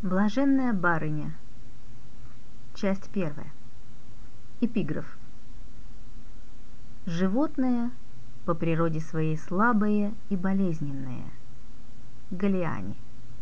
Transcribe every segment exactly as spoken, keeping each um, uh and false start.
Блаженная барыня. Часть первая. Эпиграф. Животное по природе своей слабое и болезненное. Галиани.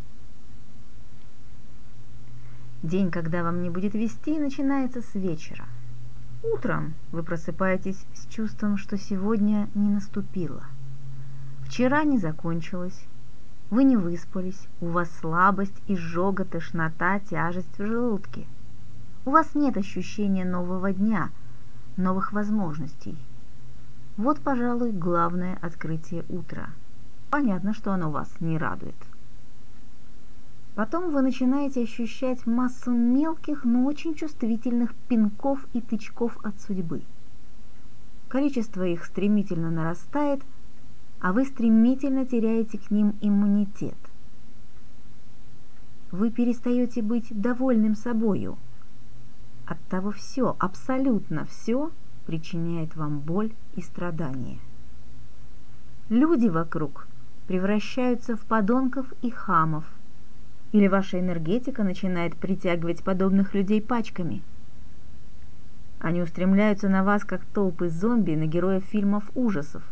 День, когда вам не будет вести, начинается с вечера. Утром вы просыпаетесь с чувством, что сегодня не наступило. Вчера не закончилось. Вы не выспались, у вас слабость, изжога, тошнота, тяжесть в желудке. У вас нет ощущения нового дня, новых возможностей. Вот, пожалуй, главное открытие утра. Понятно, что оно вас не радует. Потом вы начинаете ощущать массу мелких, но очень чувствительных пинков и тычков от судьбы. Количество их стремительно нарастает, а вы стремительно теряете к ним иммунитет. Вы перестаете быть довольным собою. Оттого все, абсолютно все причиняет вам боль и страдания. Люди вокруг превращаются в подонков и хамов, или ваша энергетика начинает притягивать подобных людей пачками. Они устремляются на вас, как толпы зомби на героев фильмов ужасов.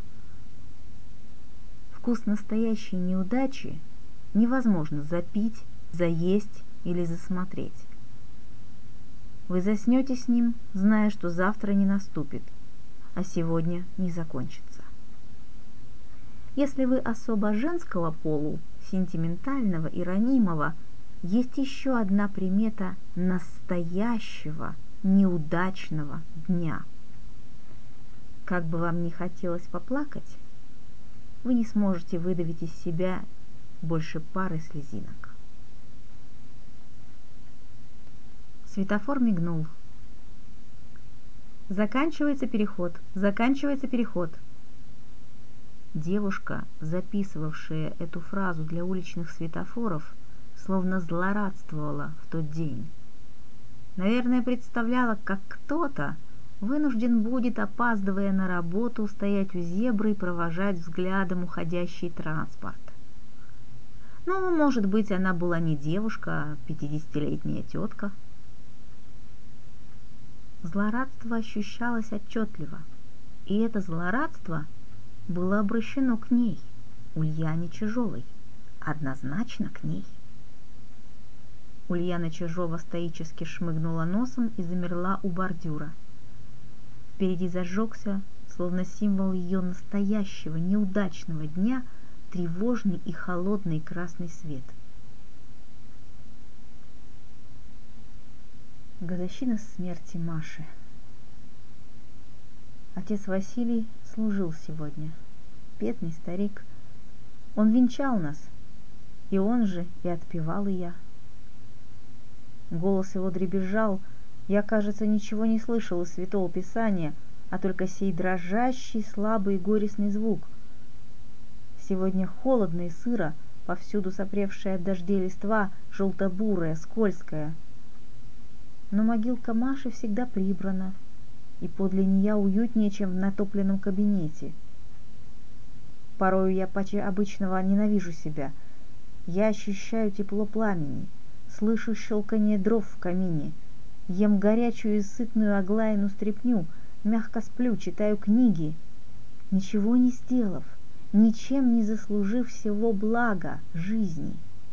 Вкус настоящей неудачи невозможно запить, заесть или засмотреть. Вы заснете с ним, зная, что завтра не наступит, а сегодня не закончится. Если вы особо женского полу, сентиментального и ранимого, есть еще одна примета настоящего неудачного дня. Как бы вам ни хотелось поплакать, вы не сможете выдавить из себя больше пары слезинок. Светофор мигнул. Заканчивается переход, заканчивается переход. Девушка, записывавшая эту фразу для уличных светофоров, словно злорадствовала в тот день. Наверное, представляла, как кто-то вынужден будет, опаздывая на работу, стоять у зебры и провожать взглядом уходящий транспорт. Ну, может быть, она была не девушка, а пятидесятилетняя тетка. Злорадство ощущалось отчетливо, и это злорадство было обращено к ней, Ульяне Чижовой, однозначно к ней. Ульяна Чижова стоически шмыгнула носом и замерла у бордюра. Впереди зажегся, словно символ ее настоящего неудачного дня, тревожный и холодный красный свет. Годовщина смерти Маши. Отец Василий служил сегодня. Бедный старик. Он венчал нас, и он же и отпевал и я. Голос его дребезжал. Я, кажется, ничего не слышал из Святого Писания, а только сей дрожащий, слабый и горестный звук. Сегодня холодно и сыро, повсюду сопревшая от дождей листва, желто-бурая, скользкая. Но могилка Маши всегда прибрана, и подле нее уютнее, чем в натопленном кабинете. Порою я почти обычного ненавижу себя. Я ощущаю тепло пламени, слышу щелканье дров в камине, ем горячую и сытную Аглаину стряпню, мягко сплю, читаю книги, ничего не сделав, ничем не заслужив всего блага жизни.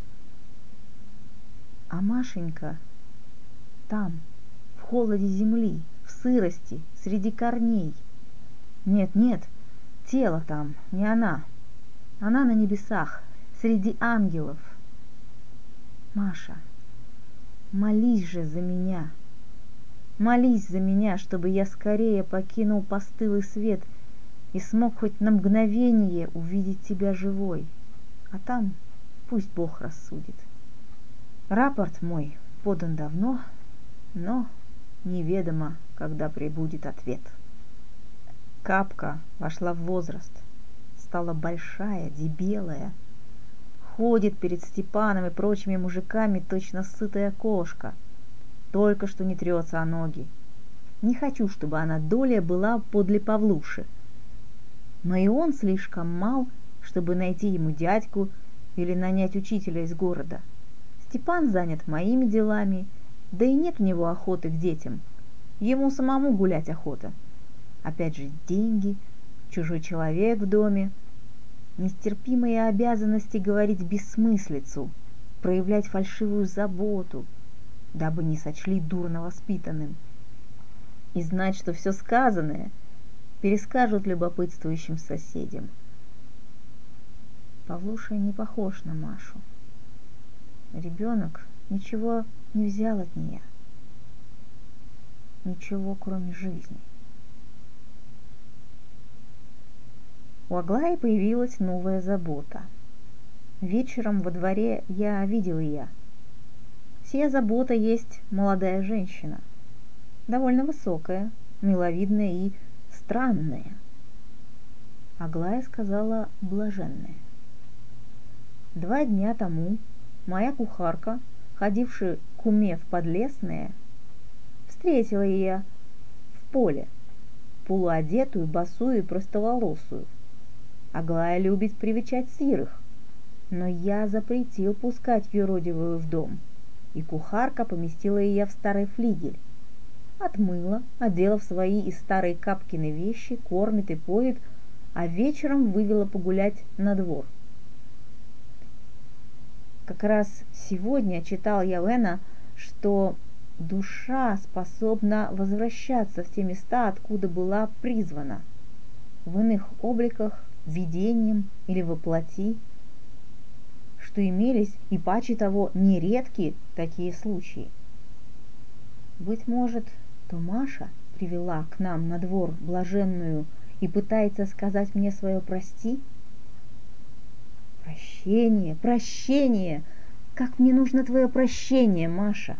А Машенька там, в холоде земли, в сырости, среди корней. Нет, нет, тело там, не она. Она на небесах, среди ангелов. Маша, молись же за меня. Молись за меня, чтобы я скорее покинул постылый свет и смог хоть на мгновение увидеть тебя живой. А там пусть Бог рассудит. Рапорт мой подан давно, но неведомо, когда прибудет ответ. Капка вошла в возраст, стала большая, дебелая, ходит перед Степаном и прочими мужиками точно сытая кошка, только что не трется о ноги. Не хочу, чтобы она доля была подле Павлуши, но и он слишком мал, чтобы найти ему дядьку или нанять учителя из города. Степан занят моими делами, да и нет у него охоты к детям. Ему самому гулять охота. Опять же деньги, чужой человек в доме, нестерпимые обязанности говорить бессмыслицу, проявлять фальшивую заботу, дабы не сочли дурно воспитанным, и знать, что все сказанное перескажут любопытствующим соседям. Павлуша не похож на Машу. Ребенок ничего не взял от нее, ничего, кроме жизни. У Аглаи появилась новая забота. Вечером во дворе я видел ее. Сия забота есть молодая женщина, довольно высокая, миловидная и странная. Аглая сказала блаженная. Два дня тому моя кухарка, ходившая к уме в Подлесное, встретила ее в поле, полуодетую, босую и простоволосую. Аглая любит привечать сирых, но я запретил пускать юродивую в дом, и кухарка поместила ее в старый флигель. Отмыла, одела в свои и старые Капкины вещи, кормит и поет, а вечером вывела погулять на двор. Как раз сегодня читал я Лена, что душа способна возвращаться в те места, откуда была призвана, в иных обликах, видением или воплоти, что имелись и паче того нередки такие случаи. Быть может, то Маша привела к нам на двор блаженную и пытается сказать мне свое «прости»? Прощение, прощение! Как мне нужно твое прощение, Маша!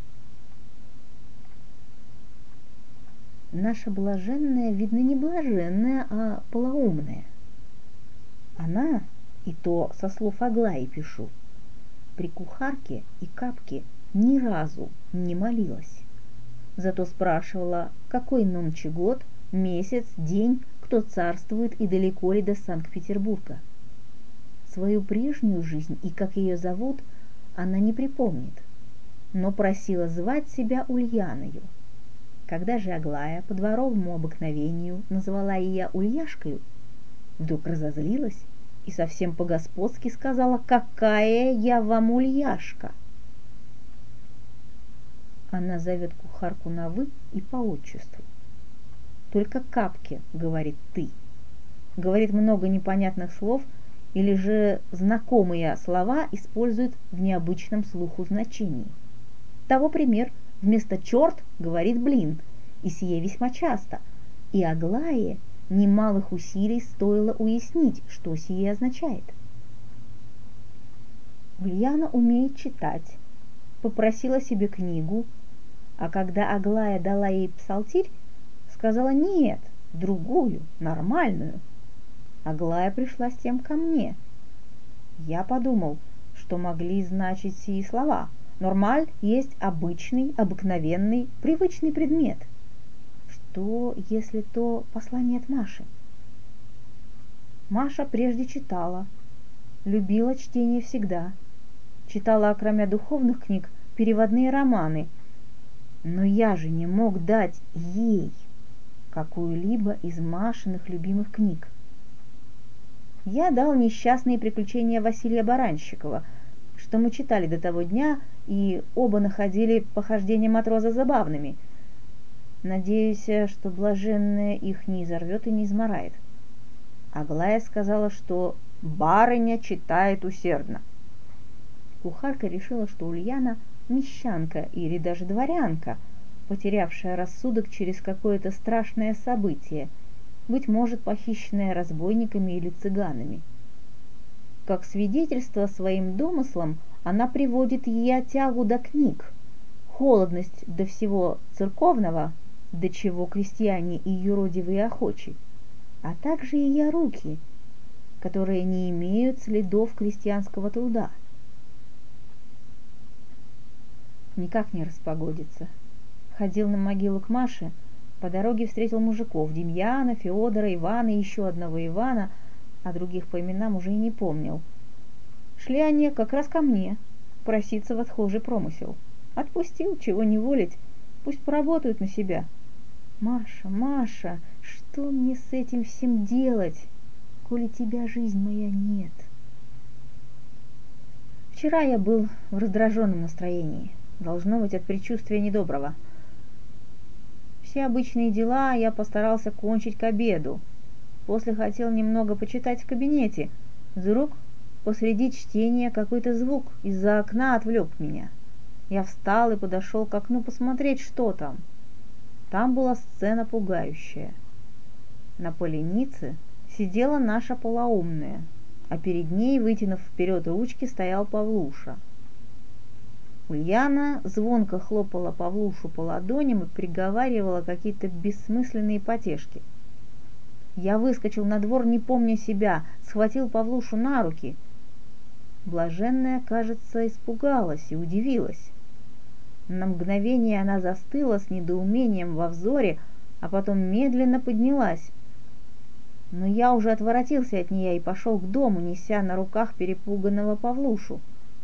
Наша блаженная, видно, не блаженная, а полоумная. Она, и то со слов Аглаи пишу, при кухарке и Капке ни разу не молилась. Зато спрашивала, какой нонче год, месяц, день, кто царствует и далеко ли до Санкт-Петербурга. Свою прежнюю жизнь и как ее зовут, она не припомнит, но просила звать себя Ульяною. Когда же Аглая по дворовому обыкновению назвала ее Ульяшкою, вдруг разозлилась и совсем по-господски сказала: «Какая я вам Ульяшка!» Она зовет кухарку на «вы» и по отчеству. Только Капке говорит «ты». Говорит много непонятных слов, или же знакомые слова использует в необычном слуху значении. Того пример: вместо «черт» говорит «блин», и сие весьма часто, и Аглае немалых усилий стоило уяснить, что сие означает. Ульяна умеет читать, попросила себе книгу, а когда Аглая дала ей псалтирь, сказала «нет, другую, нормальную». Аглая пришла с тем ко мне. Я подумал, что могли значить сии слова. Нормаль есть обычный, обыкновенный, привычный предмет. Что, если то послание от Маши? Маша прежде читала, любила чтение всегда. Читала, окромя духовных книг, переводные романы. Но я же не мог дать ей какую-либо из Машиных любимых книг. Я дал «Несчастные приключения Василия Баранщикова», что мы читали до того дня, и оба находили похождения матроза забавными. Надеюсь, что блаженная их не изорвет и не измарает. Аглая сказала, что барыня читает усердно. Кухарка решила, что Ульяна мещанка или даже дворянка, потерявшая рассудок через какое-то страшное событие, быть может, похищенная разбойниками или цыганами. Как свидетельство своим домыслам она приводит ее тягу до книг, холодность до всего церковного, до чего крестьяне и юродивые охочи, а также ее руки, которые не имеют следов крестьянского труда. Никак не распогодится. Ходил на могилу к Маше, по дороге встретил мужиков: Демьяна, Феодора, Ивана и еще одного Ивана, а других по именам уже и не помнил. Шли они как раз ко мне, проситься в отхожий промысел. Отпустил, чего не волить, пусть поработают на себя. Маша, Маша, что мне с этим всем делать, коли тебя жизнь моя нет? Вчера я был в раздраженном настроении, должно быть от предчувствия недоброго. Все обычные дела я постарался кончить к обеду. После хотел немного почитать в кабинете. Вдруг посреди чтения какой-то звук из-за окна отвлек меня. Я встал и подошел к окну посмотреть, что там. Там была сцена пугающая. На поленице сидела наша полоумная, а перед ней, вытянув вперед ручки, стоял Павлуша. Ульяна звонко хлопала Павлушу по ладоням и приговаривала какие-то бессмысленные потешки. Я выскочил на двор, не помня себя, схватил Павлушу на руки. Блаженная, кажется, испугалась и удивилась. На мгновение она застыла с недоумением во взоре, а потом медленно поднялась. Но я уже отворотился от нее и пошел к дому, неся на руках перепуганного Павлушу.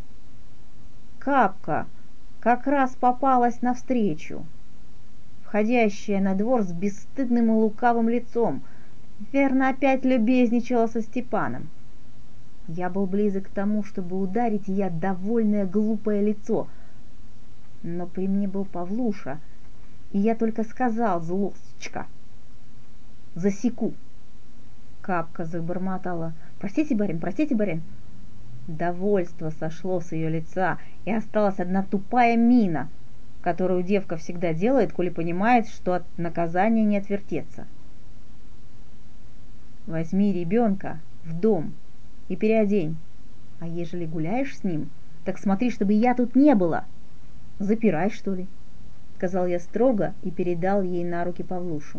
Капка как раз попалась навстречу, входящая на двор с бесстыдным и лукавым лицом. Верно, опять любезничала со Степаном. Я был близок к тому, чтобы ударить ее довольное глупое лицо, но при мне был Павлуша, и я только сказал: «Злосточка, засеку». Капка забормотала: «Простите, барин, простите, барин». Довольство сошло с ее лица, и осталась одна тупая мина, которую девка всегда делает, коли понимает, что от наказания не отвертеться. Возьми ребенка в дом и переодень, а ежели гуляешь с ним, так смотри, чтобы я тут не было. Запирай, что ли, — сказал я строго и передал ей на руки Павлушу.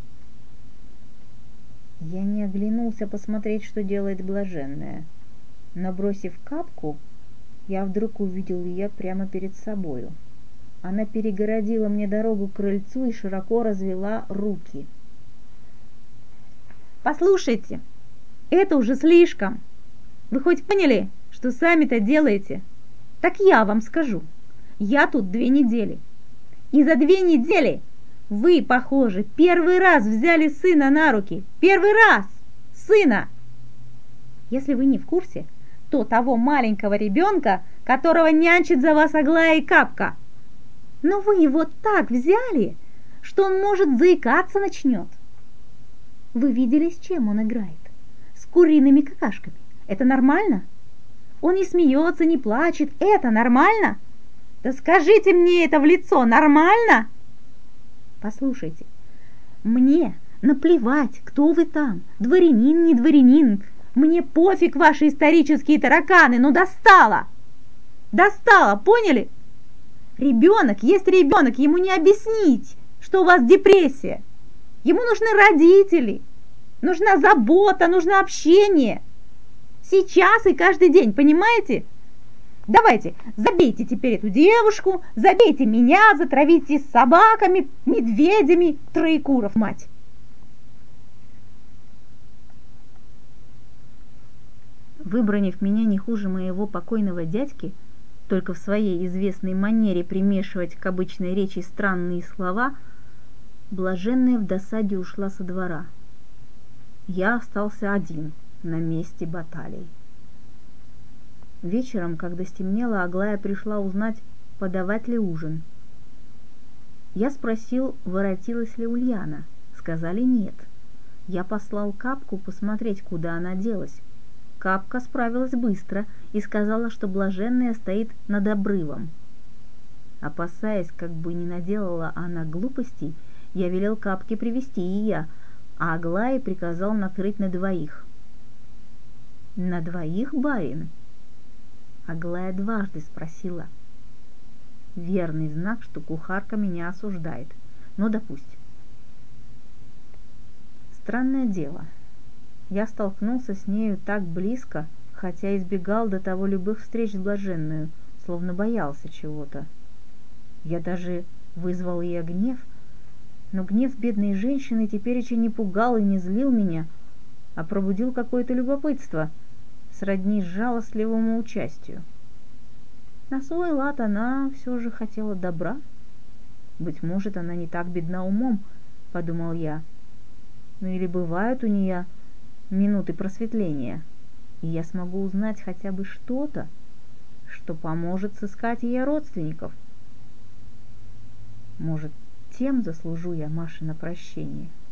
Я не оглянулся посмотреть, что делает блаженная. Набросив Капку, я вдруг увидел ее прямо перед собою. Она перегородила мне дорогу к крыльцу и широко развела руки. «Послушайте, это уже слишком. Вы хоть поняли, что сами-то делаете? Так я вам скажу. Я тут две недели. И за две недели вы, похоже, первый раз взяли сына на руки. Первый раз! Сына! Если вы не в курсе, то того маленького ребенка, которого нянчит за вас Аглая и Капка. Но вы его так взяли, что он, может, заикаться начнет. Вы видели, с чем он играет? С куриными какашками. Это нормально? Он не смеется, не плачет. Это нормально? Да скажите мне это в лицо, нормально? Послушайте, мне наплевать, кто вы там, дворянин, не дворянин. Мне пофиг ваши исторические тараканы, но достало! Достало, поняли? Ребенок есть ребенок, ему не объяснить, что у вас депрессия. Ему нужны родители, нужна забота, нужно общение. Сейчас и каждый день, понимаете? Давайте, забейте теперь эту девушку, забейте меня, затравите с собаками, медведями, троекуров, мать. Выбранив меня не хуже моего покойного дядьки, только в своей известной манере примешивать к обычной речи странные слова, блаженная в досаде ушла со двора. Я остался один на месте баталий. Вечером, когда стемнело, Аглая пришла узнать, подавать ли ужин. Я спросил, воротилась ли Ульяна. Сказали нет. Я послал Капку посмотреть, куда она делась. Капка справилась быстро и сказала, что блаженная стоит над обрывом. Опасаясь, как бы не наделала она глупостей, я велел Капке привести ее, а Аглае приказал накрыть на двоих. «На двоих, барин?» Аглая дважды спросила. Верный знак, что кухарка меня осуждает. Но допустим. Странное дело. Я столкнулся с нею так близко, хотя избегал до того любых встреч с блаженную, словно боялся чего-то. Я даже вызвал ее гнев, но гнев бедной женщины теперь еще не пугал и не злил меня, а пробудил какое-то любопытство, сродни жалостливому участию. На свой лад она все же хотела добра. Быть может, она не так бедна умом, подумал я. Ну или бывают у нее минуты просветления, и я смогу узнать хотя бы что-то, что поможет сыскать ее родственников. Может, тем заслужу я Маше на прощение.